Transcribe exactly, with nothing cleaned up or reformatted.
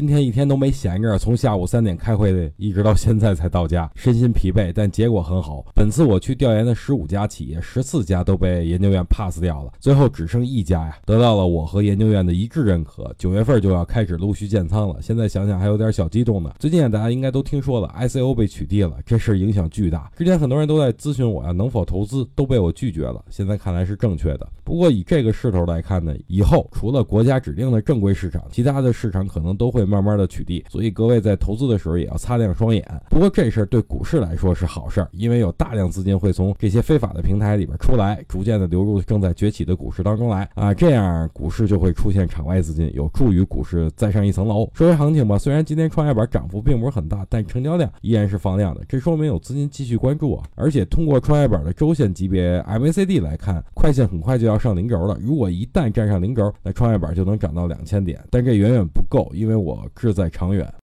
今天一天都没闲着，从下午三点开会的，一直到现在才到家，身心疲惫，但结果很好。本次我去调研的十五家企业，十四家都被研究院 pass 掉了，最后只剩一家呀，得到了我和研究院的一致认可。九月份就要开始陆续建仓了，现在想想还有点小激动呢。最近啊，大家应该都听说了 I C O 被取缔了，这事影响巨大。之前很多人都在咨询我呀、啊，能否投资，都被我拒绝了。现在看来是正确的。不过以这个势头来看呢，以后除了国家指定的正规市场，其他的市场可能都会慢慢的取缔，所以各位在投资的时候也要擦亮双眼。不过这事儿对股市来说是好事儿，因为有大量资金会从这些非法的平台里边出来，逐渐的流入正在崛起的股市当中来啊，这样股市就会出现场外资金，有助于股市再上一层楼。说回行情吧，虽然今天创业板涨幅并不是很大，但成交量依然是放量的，这说明有资金继续关注啊。而且通过创业板的周线级别 M A C D 来看，快线很快就要上零轴了，如果一旦站上零轴，那创业板就能涨到两千点，但这远远不够，因为我志在长远。